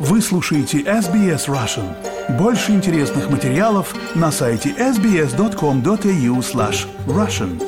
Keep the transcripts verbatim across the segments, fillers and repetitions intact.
Вы слушаете эс би эс Russian. Больше интересных материалов на сайте эс би эс точка ком точка эй ю слэш Russian.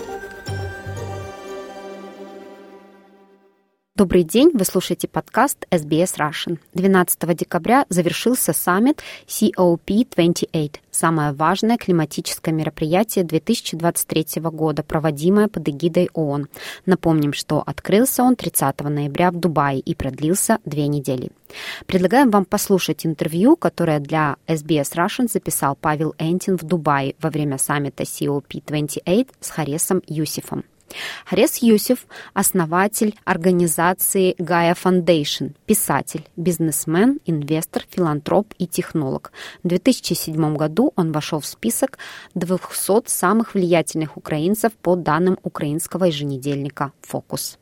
Добрый день, вы слушаете подкаст эс би эс Russian. двенадцатого декабря завершился саммит си о пи двадцать восемь, самое важное климатическое мероприятие две тысячи двадцать третьего года, проводимое под эгидой ООН. Напомним, что открылся он тридцатого ноября в Дубае и продлился две недели. Предлагаем вам послушать интервью, которое для эс би эс Russian записал Павел Энтин в Дубае во время саммита си о пи двадцать восемь с Харесом Юсифом. Харес Юсиф – основатель организации Gaia Foundation, писатель, бизнесмен, инвестор, филантроп и технолог. В две тысячи седьмом году он вошел в список двухсот самых влиятельных украинцев по данным украинского еженедельника «Фокус».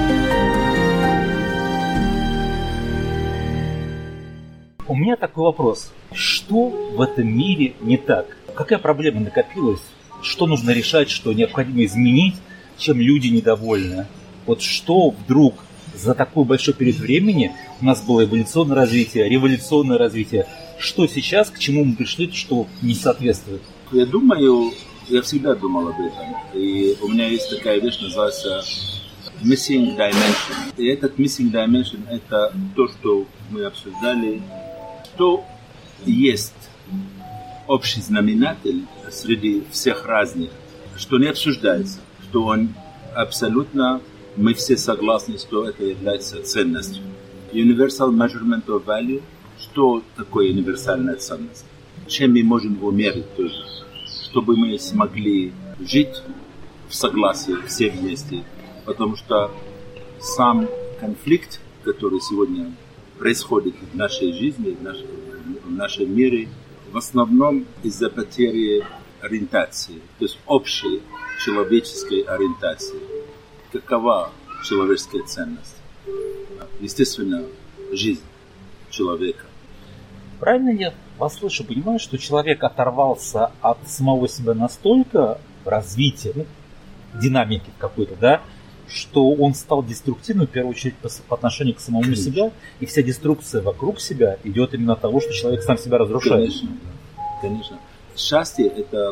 У меня такой вопрос. Что в этом мире не так? Какая проблема накопилась? Что нужно решать, что необходимо изменить? Чем люди недовольны? Вот что вдруг за такой большой период времени у нас было эволюционное развитие, революционное развитие? Что сейчас, к чему мы пришли, что не соответствует? Я думаю, я всегда думал об этом. И у меня есть такая вещь, называется missing dimension. И этот missing dimension – это то, что мы обсуждали, что есть общий знаменатель среди всех разных, что не обсуждается. Что он абсолютно, мы все согласны, что это является ценностью. Universal measurement of value, что такое универсальная ценность? Чем мы можем его мерить тоже? Чтобы мы смогли жить в согласии все вместе. Потому что сам конфликт, который сегодня происходит в нашей жизни, в нашем, в нашем мире, в основном из-за потери ориентации, то есть общей человеческой ориентации. Какова человеческая ценность? Естественно, жизнь человека. Правильно я вас слышу, понимаю, что человек оторвался от самого себя настолько в развитии, ну, динамики какой-то, да, что он стал деструктивным, в первую очередь, по, по отношению к самому Конечно. себе, и вся деструкция вокруг себя идет именно от того, что человек сам себя разрушает. Конечно, Конечно. Счастье – это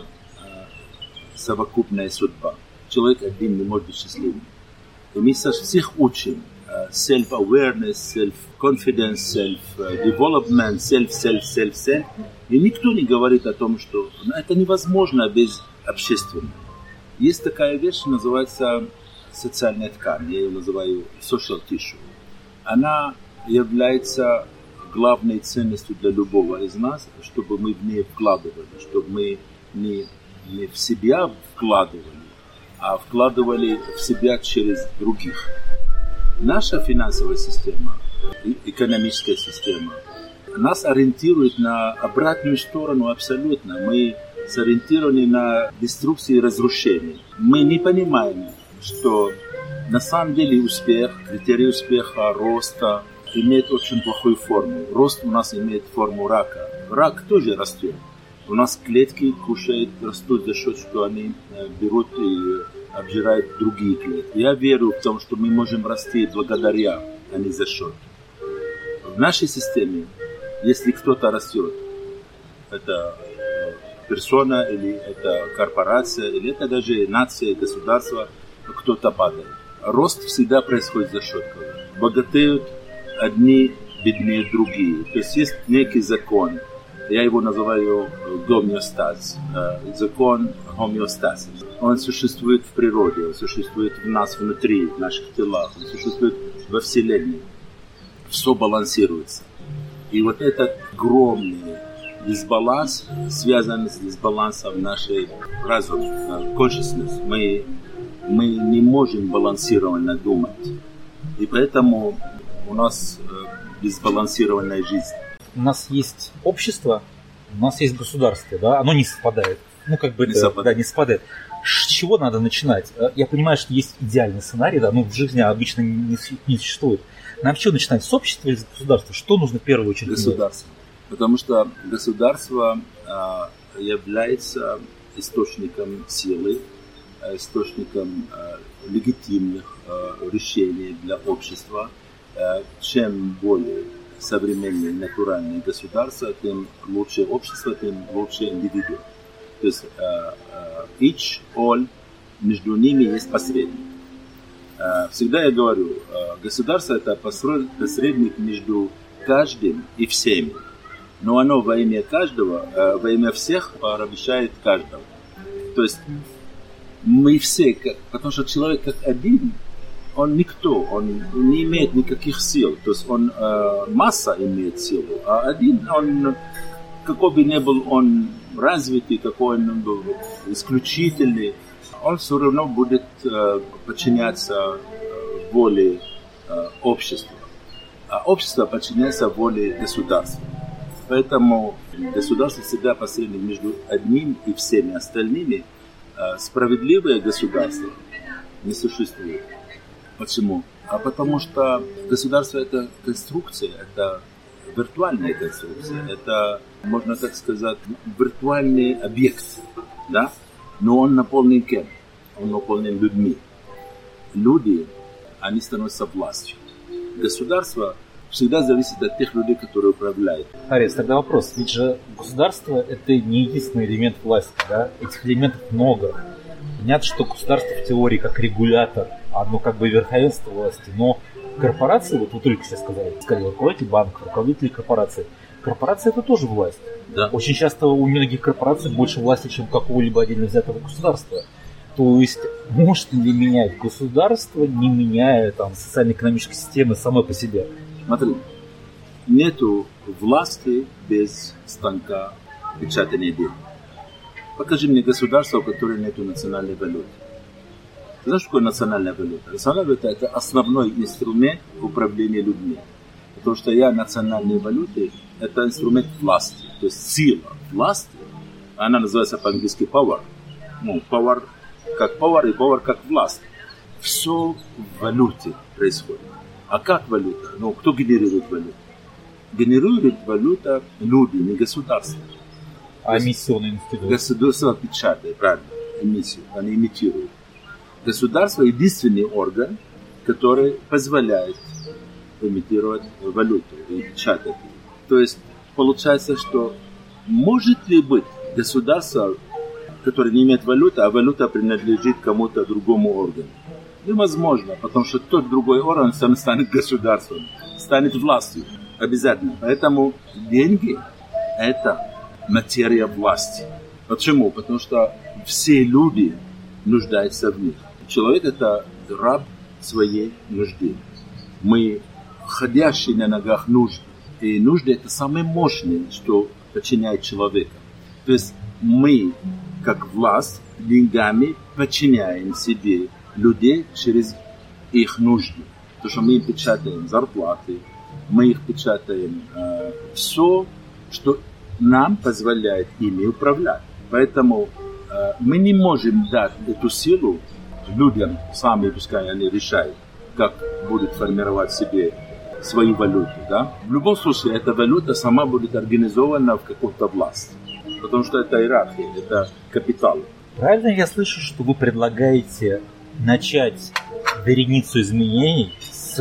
совокупная судьба. Человек один не может быть счастливым. И мы всех учим self-awareness, self-confidence, self-development, self, self, self, self. И никто не говорит о том, что это невозможно без общественного. Есть такая вещь, называется социальная ткань. Я ее называю social tissue. Она является главной ценностью для любого из нас, чтобы мы в ней вкладывали, чтобы мы не не в себя вкладывали, а вкладывали в себя через других. Наша финансовая система, экономическая система, нас ориентирует на обратную сторону абсолютно. Мы сориентированы на деструкцию и разрушение. Мы не понимаем, что на самом деле успех, критерий успеха, роста имеет очень плохую форму. Рост у нас имеет форму рака. Рак тоже растет. У нас клетки кушают, растут за счет, что они берут и обжирают другие клетки. Я верю в том, что мы можем расти благодаря, а не за счет. В нашей системе, если кто-то растет, это персона, или это корпорация, или это даже нация, государство, кто-то падает. Рост всегда происходит за счет кого-то. Богатеют одни, беднее другие. То есть есть некий закон. Я его называю гомеостаз, закон гомеостаза. Он существует в природе, он существует в нас внутри, в наших телах, он существует во Вселенной. Все балансируется. И вот этот огромный дисбаланс связан с дисбалансом нашей разума, consciousness. Мы, мы не можем балансированно думать. И поэтому у нас дисбалансированная жизнь. У нас есть общество, у нас есть государство, да, оно не совпадает. Ну, как бы не это, совпадает. Да, не совпадает. С чего надо начинать? Я понимаю, что есть идеальный сценарий, да, но в жизни обычно не, не существует. Нам с чего начинать? С общества или с государства? Что нужно в первую очередь? Государство. Потому что государство а, является источником силы, источником а, легитимных а, решений для общества. А, чем более современные натуральные государства, тем лучше общество, тем лучше индивиду. То есть uh, uh, each, all, между ними есть посредник. Uh, всегда я говорю, uh, государство это посредник между каждым и всеми. Но оно во имя каждого, uh, во имя всех порабощает каждого. То есть мы все, как, потому что человек как один, он никто, он не имеет никаких сил. То есть он э, масса имеет силу, а один, он, какой бы ни был он развитый, какой он был исключительный, он все равно будет э, подчиняться э, воле э, общества. А общество подчиняется воле государства. Поэтому государство всегда посредник между одним и всеми остальными. Э, справедливое государство не существует. Почему? А потому что государство это конструкция, это виртуальная конструкция, это, можно так сказать, виртуальный объект, да? Но он наполнен кем? Он наполнен людьми. Люди, они становятся властью. Государство всегда зависит от тех людей, которые управляют. Арес, тогда вопрос. Ведь же государство это не единственный элемент власти, да? Этих элементов много. Понятно, что государство в теории как регулятор, оно как бы верховенство власти, но корпорации, вот вы только сейчас сказали, сказали, руководитель банка, руководитель корпорации, корпорация это тоже власть. Да. Очень часто у многих корпораций больше власти, чем какого-либо отдельно взятого государства. То есть может ли менять государство, не меняя там социально-экономической системы самой по себе? Смотри, нету власти без станка печатания денег. Покажи мне государство, у которого нет национальной валюты. Ты знаешь, что такое национальная валюта? Национальная валюта – это основной инструмент управления людьми. Потому что я национальной валютой – это инструмент власти. То есть сила власти, она называется по-английски power. Ну, power как power и power как власть. Все в валюте происходит. А как валюта? Ну, кто генерирует валюту? Генерирует валюта люди, не государство. А эмиссионный институт? Государство печатает, правильно, эмиссию, они имитируют. Государство единственный орган, который позволяет имитировать валюту и печатать. То есть получается, что может ли быть государство, которое не имеет валюты, а валюта принадлежит кому-то другому органу? Невозможно, потому что тот другой орган сам станет государством, станет властью обязательно. Поэтому деньги – это материя власти. Почему? Потому что все люди нуждаются в них. Человек – это раб своей нужды. Мы ходящие на ногах нужды. И нужды – это самое мощное, что подчиняет человека. То есть мы, как власть, деньгами подчиняем себе людей через их нужды. Потому что мы им печатаем зарплаты, мы их печатаем э, все, что нам позволяет ими управлять. Поэтому э, мы не можем дать эту силу людям, сами пускай они решают, как будут формировать себе свою валюту. Да? В любом случае, эта валюта сама будет организована в какой-то власти. Потому что это иерархия, это капитал. Правильно я слышу, что вы предлагаете начать вереницу изменений с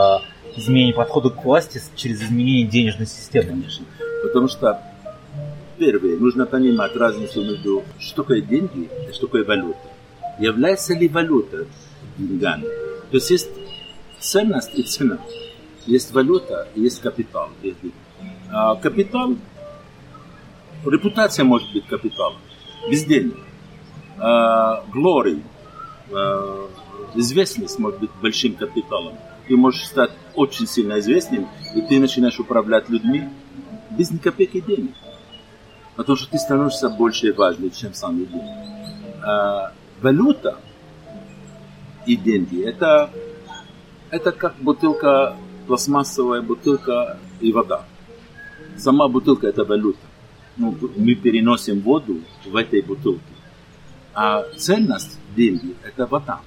э, изменения подхода к власти через изменение денежной системы? Конечно. Потому что, первое, нужно понимать разницу между что такое деньги и что такое валюта. Является ли валюта деньгами? То есть есть ценность и цена. Есть валюта и есть капитал. А капитал, репутация может быть капиталом, без денег. А, глория, а, известность может быть большим капиталом. Ты можешь стать очень сильно известным, и ты начинаешь управлять людьми без ни копейки денег. Потому что ты становишься больше важным, чем сам люди. А, валюта и деньги это, это как бутылка, пластмассовая бутылка и вода. Сама бутылка это валюта. Ну, мы переносим воду в этой бутылке. А ценность деньги это вода.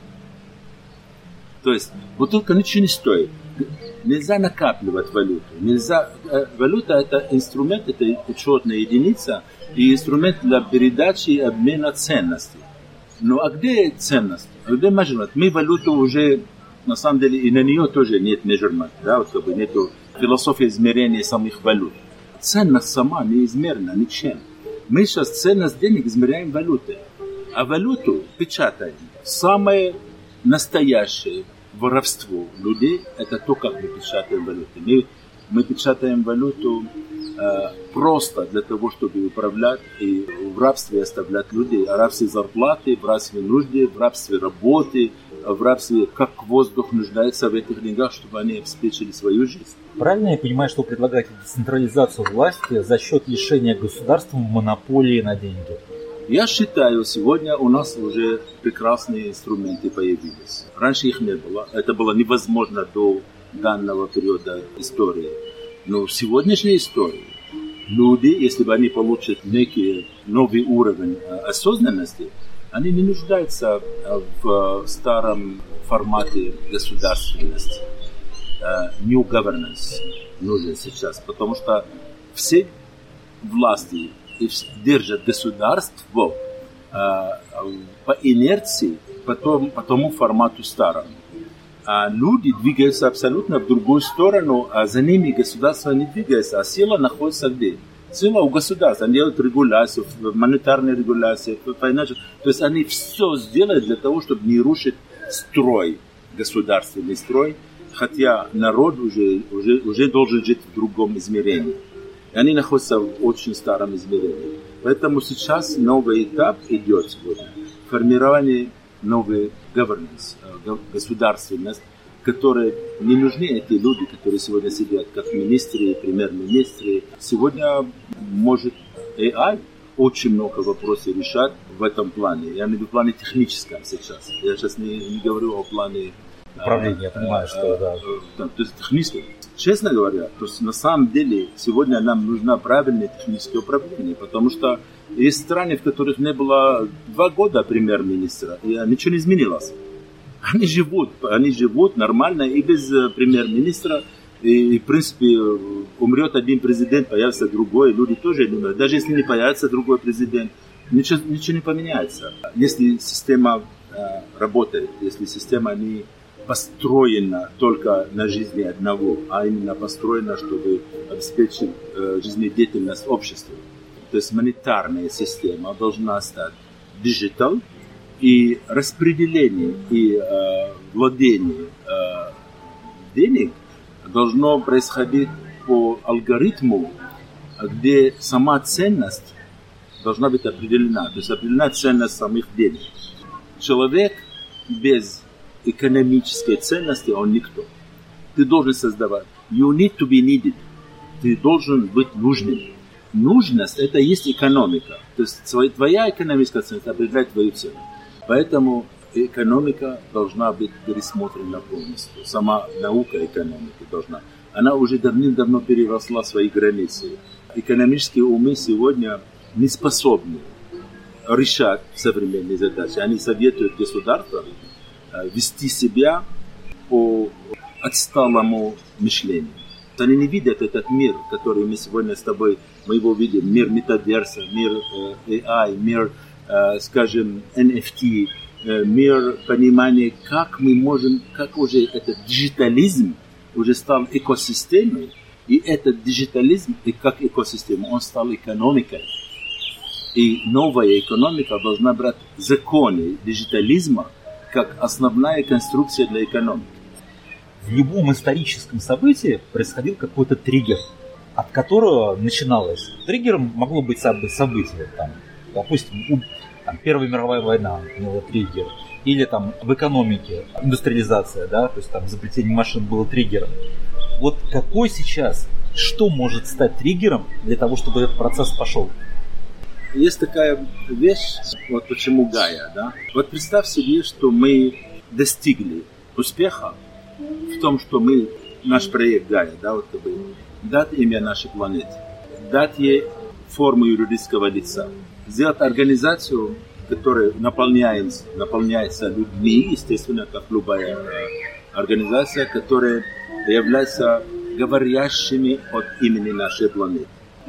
То есть бутылка ничего не стоит. Нельзя накапливать валюту. Нельзя, э, валюта это инструмент, это учетная единица и инструмент для передачи и обмена ценностей. Ну а где ценность? А где measurement? Мы валюту уже, на самом деле, и на нее тоже нет measurement. Да? Вот, как бы нету философия измерения самих валют. Ценность сама не измерена ничем. Мы сейчас ценность денег измеряем валютой. А валюту печатаем. Самое настоящее воровство людей – это то, как мы печатаем валюту. Мы, мы печатаем валюту э, просто для того, чтобы управлять и в рабстве оставлять людей. В рабстве зарплаты, в рабстве нужды, в рабстве работы, в рабстве как воздух нуждается в этих деньгах, чтобы они обеспечили свою жизнь. Правильно я понимаю, что вы предлагаете децентрализацию власти за счет лишения государства монополии на деньги? Я считаю, сегодня у нас уже прекрасные инструменты появились. Раньше их не было. Это было невозможно до данного периода истории. Но в сегодняшней истории люди, если бы они получат некий новый уровень осознанности, они не нуждаются в старом формате государственности. New governance нужен сейчас, потому что все власти держат государство по инерции, по тому, по тому формату старому. А люди двигаются абсолютно в другую сторону, а за ними государство не двигается, а сила находится где? Сила у государства. Они делают регуляцию, монетарную регуляцию, financial. То есть они все сделают для того, чтобы не рушить строй, государственный строй, хотя народ уже, уже, уже должен жить в другом измерении. И они находятся в очень старом измерении. Поэтому сейчас новый этап идет сегодня. Формирование новой governance, государственность, которые не нужны эти люди, которые сегодня сидят как министры, премьер-министры. Сегодня может эй ай очень много вопросов решать в этом плане. Я не в плане техническом сейчас. Я сейчас не, не говорю о плане управления, я понимаю, что да. То есть техническое. Честно говоря, то есть на самом деле сегодня нам нужно правильное техническое управление, потому что есть страны, в которых не было два года премьер-министра, и ничего не изменилось. Они живут, они живут нормально и без премьер-министра, и в принципе умрет один президент, появится другой, люди тоже не умрут. Даже если не появится другой президент, ничего, ничего не поменяется. Если система э, работает, если система не построена только на жизни одного, а именно построена, чтобы обеспечить э, жизнедеятельность общества. То есть монетарная система должна стать диджитал, и распределение и э, владение э, денег должно происходить по алгоритму, где сама ценность должна быть определена, то есть определена ценность самих денег. Человек без экономической ценности, он никто. Ты должен создавать. You need to be needed. Ты должен быть нужным. Нужность – это и есть экономика. То есть твоя экономическая ценность определяет твою цену. Поэтому экономика должна быть пересмотрена полностью. Сама наука экономики должна. Она уже давным-давно переросла свои границы. Экономические умы сегодня не способны решать современные задачи. Они советуют государству вести себя по отсталому мышлению. Они не видят этот мир, который мы сегодня с тобой, мы его видим, мир метаверса, мир эй ай, мир, скажем, эн эф ти, мир понимания, как мы можем, как уже этот диджитализм уже стал экосистемой, и этот диджитализм, и как экосистема, он стал экономикой. И новая экономика должна брать законы диджитализма как основная конструкция для экономики. В любом историческом событии происходил какой-то триггер, от которого начиналось. Триггером могло быть событие, там, допустим, там, Первая мировая война имела триггер, или там в экономике индустриализация, да, то есть там изобретение машин было триггером. Вот какой сейчас, что может стать триггером для того, чтобы этот процесс пошел? Есть такая вещь, вот почему Гая, да? Вот представь себе, что мы достигли успеха в том, что мы, наш проект Гая, да, вот как бы, дать имя нашей планете, дать ей форму юридического лица, сделать организацию, которая наполняется, наполняется людьми, естественно, как любая организация, которая является говорящими от имени нашей планеты.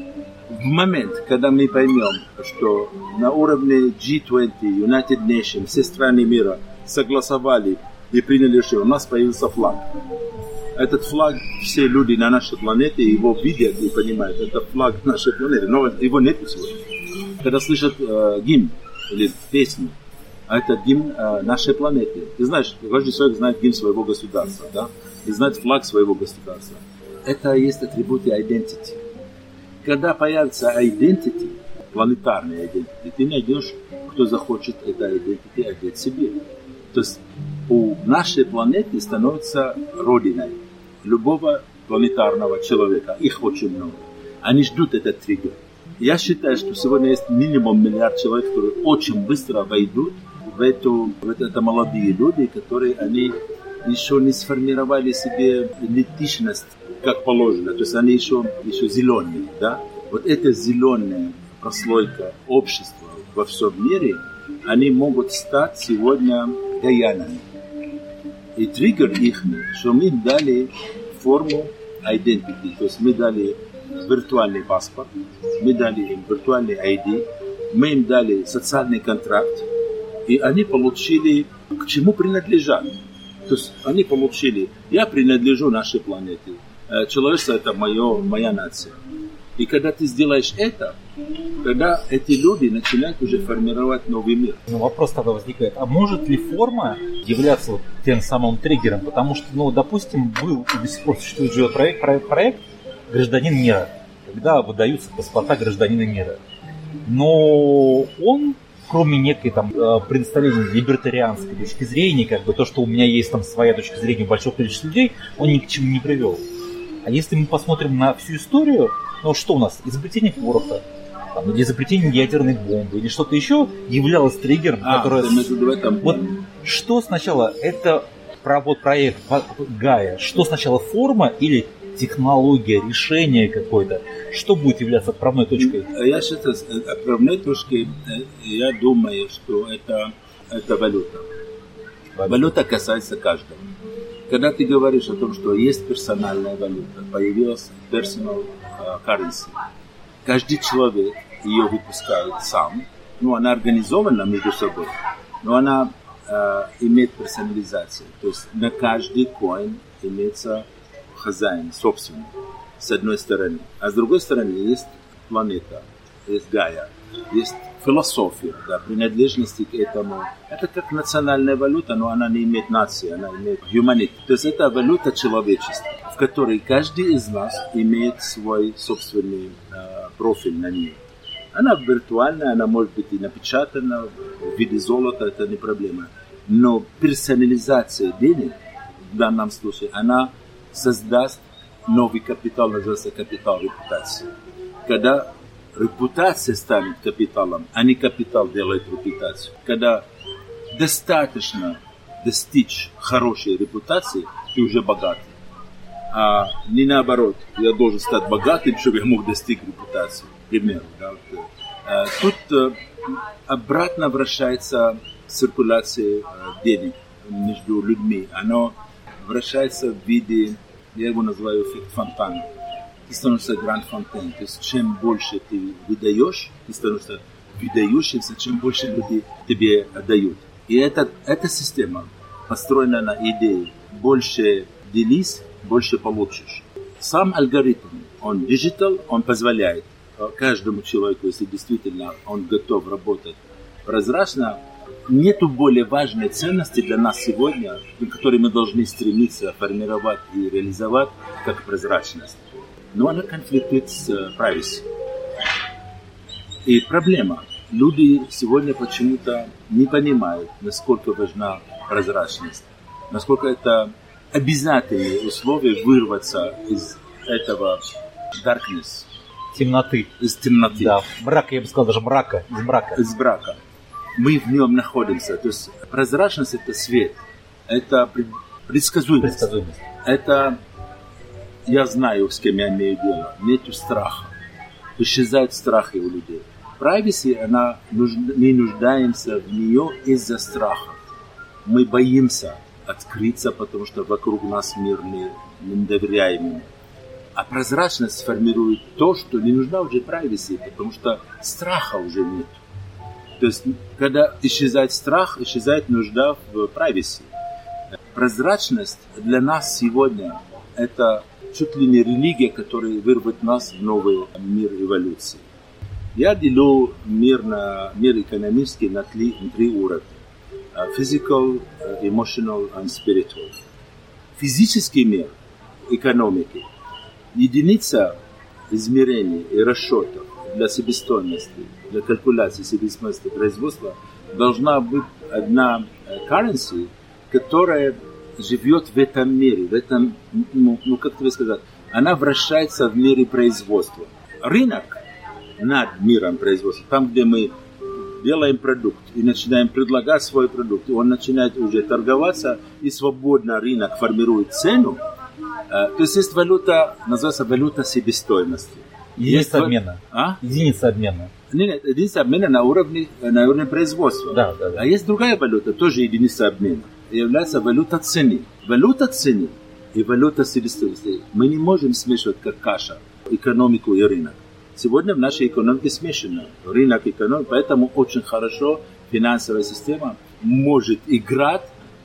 В момент, когда мы поймем, что на уровне джи двадцать, United Nations, все страны мира согласовали и приняли решение, у нас появился флаг. Этот флаг, все люди на нашей планете его видят и понимают, это флаг нашей планеты, но его нет сегодня. Когда слышат э, гимн или песню, а это гимн э, нашей планеты. Ты знаешь, каждый человек знает гимн своего государства, да? И знает флаг своего государства. Это есть атрибуты identity. Когда появится identity, планетарная identity, ты найдешь, кто захочет это identity одеть себе. То есть у нашей планеты становится родиной любого планетарного человека. Их очень много. Они ждут этот триггер. Я считаю, что сегодня есть минимум миллиард человек, которые очень быстро войдут в эту, в это, это молодые люди, которые они еще не сформировали себе идентичность как положено. То есть они еще, еще зеленые. Да? Вот эта зеленая прослойка общества во всем мире, они могут стать сегодня гаянами. И триггер их, что мы дали форму identity, то есть мы дали виртуальный паспорт, мы дали им виртуальный ай ди, мы им дали социальный контракт, и они получили, к чему принадлежат. То есть они получили, я принадлежу нашей планете, человечество это мое, моя нация. И когда ты сделаешь это, тогда эти люди начинают уже формировать новый мир. Ну, вопрос тогда возникает, а может ли форма являться вот тем самым триггером? Потому что, ну, допустим, был и до сих пор существует же проект, проект, проект «Гражданин мира», когда выдаются паспорта гражданина мира. Но он, кроме некой там представления либертарианской точки зрения, как бы то, что у меня есть там своя точка зрения большого количества людей, он ни к чему не привел. А если мы посмотрим на всю историю, ну что у нас, изобретение пороха, там, или изобретение ядерной бомбы, или что-то еще являлось триггером, а, которое... Этом... Вот что сначала, это про вот проект Гая, что сначала форма или технология, решение какое-то, что будет являться отправной точкой? Я считаю, отправной точкой, я думаю, что это, это валюта. Валюта. Валюта касается каждого. Когда ты говоришь о том, что есть персональная валюта, появилась personal currency, каждый человек ее выпускает сам, ну, она организована между собой, но она э, имеет персонализацию, то есть на каждый коин имеется хозяин, собственный, с одной стороны, а с другой стороны есть планета, есть Гая, есть философия, да, принадлежности к этому. Это как национальная валюта, но она не имеет нации, она имеет humanity. То есть это валюта человечества, в которой каждый из нас имеет свой собственный э, профиль на ней. Она виртуальная, она может быть и напечатана в виде золота, это не проблема. Но персонализация денег в данном случае, она создаст новый капитал, называется капитал репутации. Когда репутация станет капиталом, а не капитал делает репутацию. Когда достаточно достичь хорошей репутации, ты уже богатый. А не наоборот, я должен стать богатым, чтобы я мог достичь репутации. К примеру, да? Тут обратно вращается циркуляция денег между людьми. Оно вращается в виде, я его называю эффект фонтана. Ты становишься гранд фонтан. То есть чем больше ты выдаешь, ты становишься выдающимся, чем больше люди тебе отдают. И это, эта система построена на идее больше делись, больше получишь. Сам алгоритм, он digital, он позволяет каждому человеку, если действительно он готов работать прозрачно, нету более важной ценности для нас сегодня, к которой мы должны стремиться формировать и реализовать, как прозрачность. Но она конфликтует с privacy. И проблема. Люди сегодня почему-то не понимают, насколько важна прозрачность, насколько это обязательные условия вырваться из этого darkness. Темноты. Из темноты. Да, мрака, я бы сказал, даже мрака, из мрака. Из мрака. Мы в нем находимся. То есть прозрачность – это свет, это предсказуемость. предсказуемость. Это я знаю, с кем я имею дело. Нету страха. Исчезают страхи у людей. Privacy, она нужда, не нуждаемся в нее из-за страха. Мы боимся открыться, потому что вокруг нас мир не, не доверяем. А прозрачность формирует то, что не нужна уже privacy, потому что страха уже нет. То есть, когда исчезает страх, исчезает нужда в privacy. Прозрачность для нас сегодня это чуть ли не религия, которая вырвет нас в новый мир эволюции. Я делю мир, на, мир экономический на три, на три уровня. Physical, emotional and spiritual. Физический мир экономики, единица измерений и расчетов для себестоимости, для калькуляции себестоимости производства должна быть одна currency, которая живет в этом мире, в этом, ну, ну как тебе сказать, она вращается в мире производства. Рынок над миром производства, там, где мы делаем продукт и начинаем предлагать свой продукт, он начинает уже торговаться, и свободно рынок формирует цену. То есть есть валюта, называется валюта себестоимости. Единица есть обмена. А? Единица обмена. Нет, нет, единица обмена на уровне, на уровне производства. Да, да, да. А есть другая валюта, тоже единица обмена. Является валюта цены. Валюта цены и валюта себестоимости. Мы не можем смешивать как каша экономику и рынок. Сегодня в нашей экономике смешано рынок и экономика, поэтому очень хорошо финансовая система может играть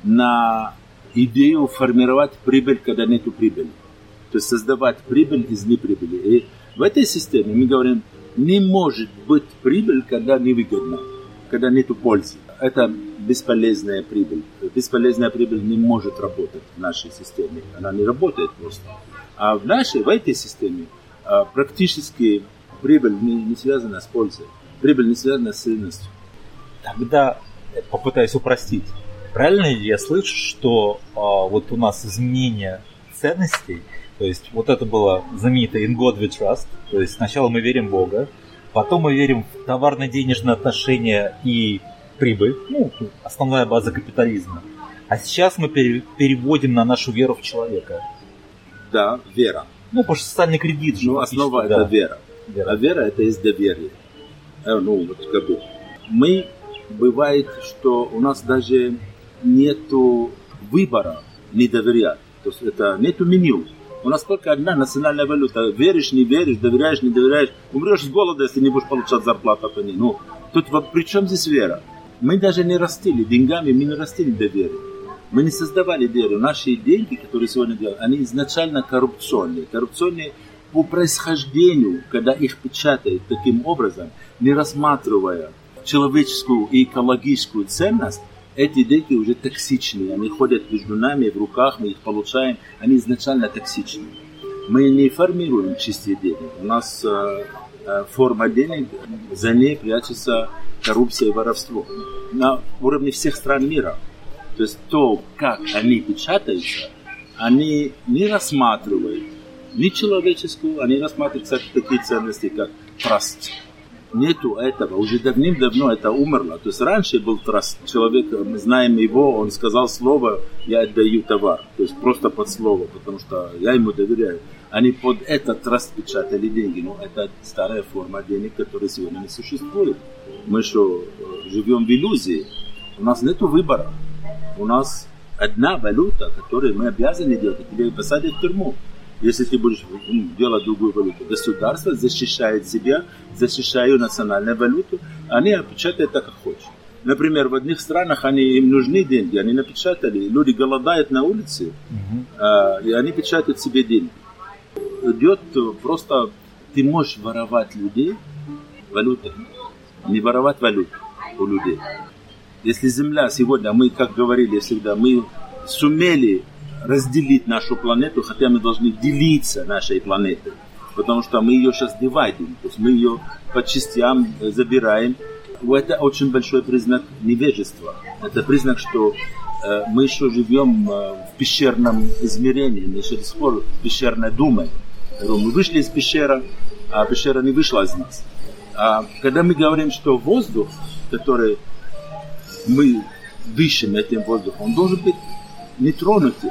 на идею формировать прибыль, когда нет прибыли. То есть создавать прибыль из неприбыли. И в этой системе мы говорим, не может быть прибыль, когда невыгодно, когда нет пользы. Это бесполезная прибыль. Бесполезная прибыль не может работать в нашей системе. Она не работает просто. А в нашей, в этой системе практически прибыль не, не связана с пользой. Прибыль не связана с ценностью. Тогда попытаюсь упростить. Правильно ли я слышу, что а, вот у нас изменение ценностей, то есть вот это было знаменитое «In God we trust», то есть сначала мы верим в Бога, потом мы верим в товарно-денежные отношения и прибыль, ну, основная база капитализма. А сейчас мы переводим на нашу веру в человека. Да, вера. Ну, потому что социальный кредит же. Ну, основа да. это вера. вера. А вера это есть доверие. Ну, вот как бы. Мы, бывает, что у нас даже нету выбора не доверять. То есть это нету меню. У нас только одна национальная валюта. Веришь, не веришь, доверяешь, не доверяешь. Умрешь с голода, если не будешь получать зарплату. Ну, тут при чем здесь вера? Мы даже не растили деньгами, мы не растили доверие. Мы не создавали веру. Наши деньги, которые сегодня делают, они изначально коррупционные. Коррупционные по происхождению, когда их печатают таким образом, не рассматривая человеческую и экологическую ценность, эти деньги уже токсичные. Они ходят между нами, в руках, мы их получаем. Они изначально токсичны. Мы не формируем чистые деньги. У нас э, э, форма денег, за ней прячется коррупция и воровство. На уровне всех стран мира. То есть то, как они печатаются, они не рассматривают ни человеческую, они рассматривают, кстати, такие ценности, как траст. Нету этого, уже давным-давно это умерло. То есть раньше был траст. Человек, мы знаем его, он сказал слово, я отдаю товар. То есть просто под слово, потому что я ему доверяю. Они под этот траст печатали деньги. Но это старая форма денег, которая сегодня не существует. Мы что, живем в иллюзии. У нас нету выбора. У нас одна валюта, которую мы обязаны делать, и тебя посадят в тюрьму, если ты будешь делать другую валюту. Государство защищает себя, защищает национальную валюту, они печатают так, как хочешь. Например, в одних странах они, им нужны деньги, они напечатали, люди голодают на улице, mm-hmm. а, и они печатают себе деньги. Идет просто, ты можешь воровать людей, валюту, не воровать валюту у людей. Если Земля сегодня, мы, как говорили всегда, мы сумели разделить нашу планету, хотя мы должны делиться нашей планетой, потому что мы ее сейчас дивайдим, то есть мы ее по частям забираем. Это очень большой признак невежества. Это признак, что э, мы еще живем э, в пещерном измерении, мы еще до сих пор пещерно думаем. Мы вышли из пещеры, а пещера не вышла из нас. А когда мы говорим, что воздух, который мы дышим этим воздухом, он должен быть нетронутым,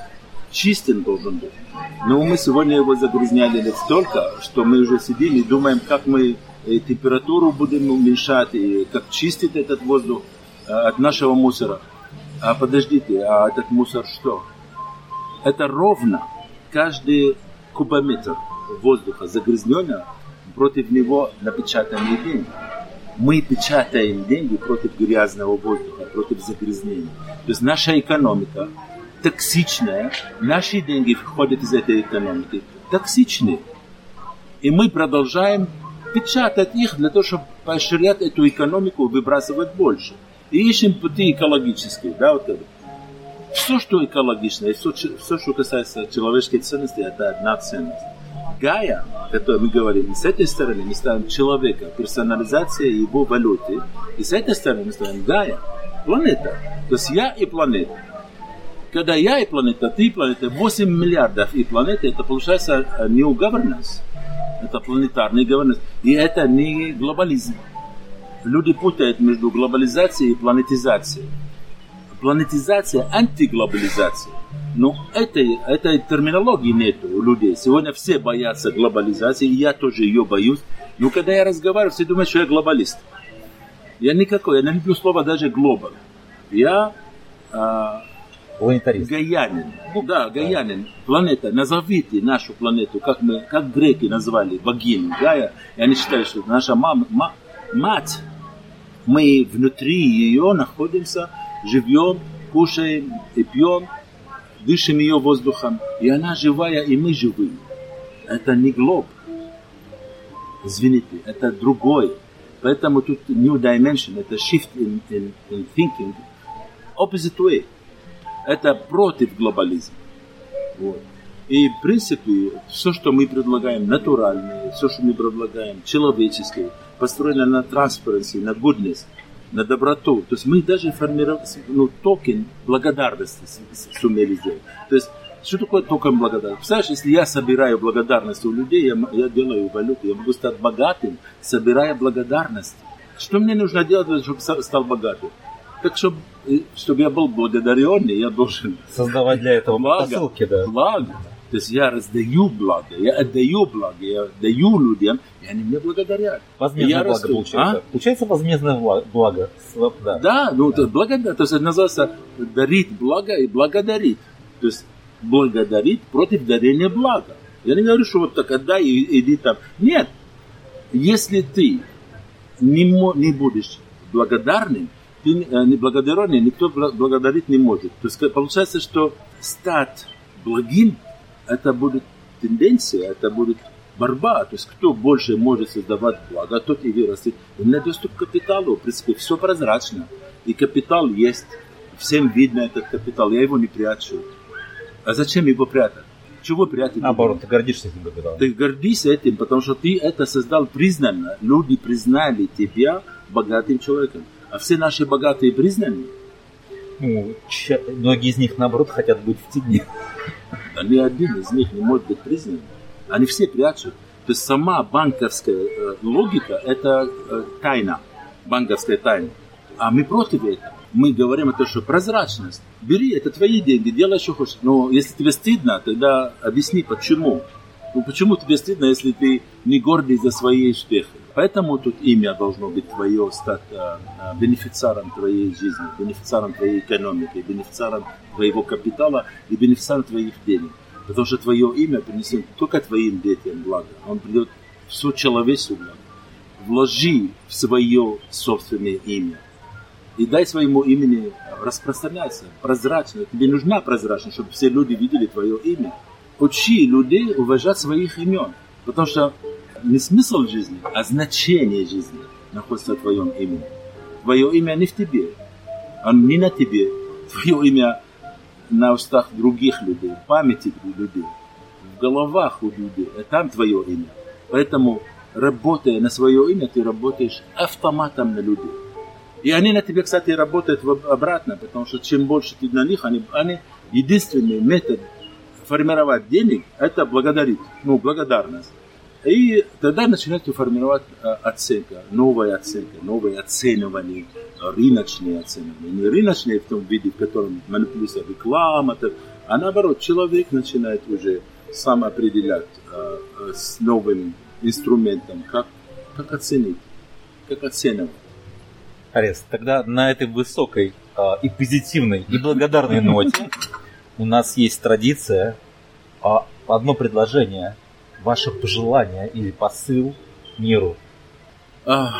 чистым должен быть. Но мы сегодня его загрязняли настолько, что мы уже сидим и думаем, как мы температуру будем уменьшать и как чистить этот воздух от нашего мусора. А подождите, а этот мусор что? Это ровно каждый кубометр воздуха загрязненного, против него напечатанные деньги. Мы печатаем деньги против грязного воздуха, против загрязнения. То есть наша экономика токсичная, наши деньги входят из этой экономики, токсичные. И мы продолжаем печатать их для того, чтобы поощрять эту экономику, выбрасывать больше. И ищем пути экологические, да, вот это. Все, что экологично, и все, все, что касается человеческой ценности, это одна ценность. Гая, о которой мы говорим, с этой стороны мы ставим человека, персонализация его валюты, и с этой стороны мы ставим Гая, планета. То есть я и планета. Когда я и планета, ты и планета, восемь миллиардов и планета, это получается new governance. Это планетарный governance. И это не глобализм. Люди путают между глобализацией и планетизацией. Планетизация – антиглобализация. Но этой, этой терминологии нет у людей. Сегодня все боятся глобализации, и я тоже ее боюсь. Но когда я разговариваю, все думают, что я глобалист. Я никакой, я не люблю слово даже глобал. Я а, гаянин. Да, гаянин. Планета. Назовите нашу планету, как, мы, как греки назвали богиню Гая. И они считают, что наша мама, ма, мать, мы внутри ее находимся, живем, кушаем и пьем, дышим ее воздухом. И она живая, и мы живые. Это не глоб. Извините, это другой. Поэтому тут new dimension, это shift in, in, in thinking. Opposite way. Это против глобализма. Вот. И в принципе, все, что мы предлагаем натуральное, все, что мы предлагаем человеческое, построено на transparency, на goodness, на доброту. То есть мы даже формировали, ну, токен благодарности сумели сделать. То есть, что такое токен благодарности? Представляешь, если я собираю благодарность у людей, я, я делаю валюту, я могу стать богатым, собирая благодарность. Что мне нужно делать, чтобы стал богатым? Так, чтобы, чтобы я был благодаренный, я должен... Создавать для этого благо, посылки, да. Благо. То есть я раздаю благо, я отдаю благо, я даю людям, и они мне благодарят. Возмездное благо расту. Получается. А? Получается возмездное благо. Да, да, ну это благодарность. То есть это называется дарить благо и благодарить. То есть благодарить против дарения блага. Я не говорю, что вот так отдай и иди там. Нет. Если ты не, не будешь благодарным, ты не благодарный, никто благодарить не может. То есть получается, что стать благим, это будет тенденция, это будет борьба. То есть кто больше может создавать благо, тот и вырастет. У меня доступ к капиталу, в принципе, все прозрачно. И капитал есть, всем видно этот капитал, я его не прячу. А зачем его прятать? Чего прятать? Наоборот, ты гордишься этим капиталом. Ты гордишься этим, потому что ты это создал признанно. Люди признали тебя богатым человеком. А все наши богатые признаны. Ну, ч- многие из них, наоборот, хотят быть в тени. А ни один из них не может быть признан. Они все прячут. То есть сама банковская э, логика – это э, тайна, банковская тайна. А мы против этого. Мы говорим о том, что прозрачность. Бери, это твои деньги, делай, что хочешь. Но если тебе стыдно, тогда объясни, почему. Ну, почему тебе стыдно, если ты не гордый за свои успехи? Поэтому тут имя должно быть твое, стать а, а, бенефициаром твоей жизни, бенефициаром твоей экономики, бенефициаром твоего капитала и бенефициаром твоих денег. Потому что твое имя принесет только твоим детям благо. Он придет все человечеству благо. Вложи в свое собственное имя. И дай своему имени распространяться прозрачно. Тебе нужна прозрачность, чтобы все люди видели твое имя. Учи людей уважать своих имен. Потому что не смысл жизни, а значение жизни находится в твоем имени. Твое имя не в тебе, оно не на тебе. Твое имя на устах других людей, в памяти людей, в головах у людей. А там твое имя. Поэтому, работая на свое имя, ты работаешь автоматом на людей. И они на тебе, кстати, работают обратно, потому что чем больше ты на них, они, они единственный метод формировать денег – это благодарить, ну, благодарность. И тогда начинается формировать оценка, новая оценка, новое оценивание, рыночные оценивания. Не рыночные в том виде, в котором манипулируется реклама, а наоборот, человек начинает уже сам определять а, с новым инструментом, как, как оценить, как оценивать. Арес, тогда на этой высокой а, и позитивной, и благодарной ноте у нас есть традиция, а, одно предложение, ваше пожелание или посыл миру. А,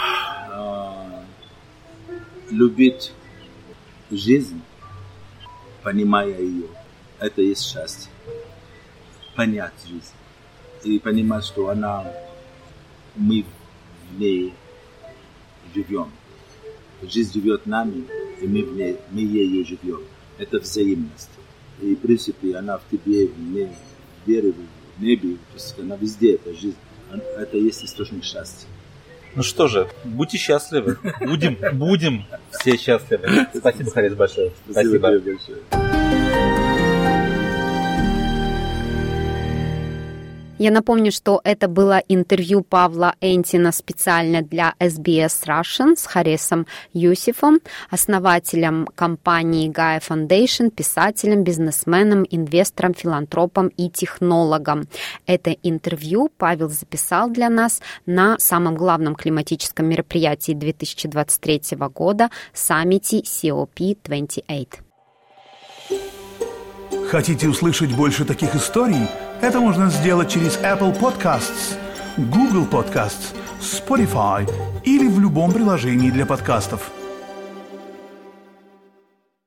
а, любить жизнь, понимая ее, это есть счастье. Понять жизнь. И понимать, что она, мы в ней живем. Жизнь живет нами, и мы в ней, мы ей живем. Это взаимность. И, в принципе, она в тебе, в ней, в вере, в небе, то есть она везде, эта жизнь. Это есть источник счастья. Ну что же, будьте счастливы. Будем, будем все счастливы. Спасибо, Харис, большое. Спасибо, Спасибо. большое. Я напомню, что это было интервью Павла Энтина специально для эс би эс Russian с Харисом Юсифом, основателем компании Gaia Foundation, писателем, бизнесменом, инвестором, филантропом и технологом. Это интервью Павел записал для нас на самом главном климатическом мероприятии две тысячи двадцать третьего года – саммите си о пи двадцать восемь. Хотите услышать больше таких историй? Это можно сделать через Apple Podcasts, Google Podcasts, Spotify или в любом приложении для подкастов.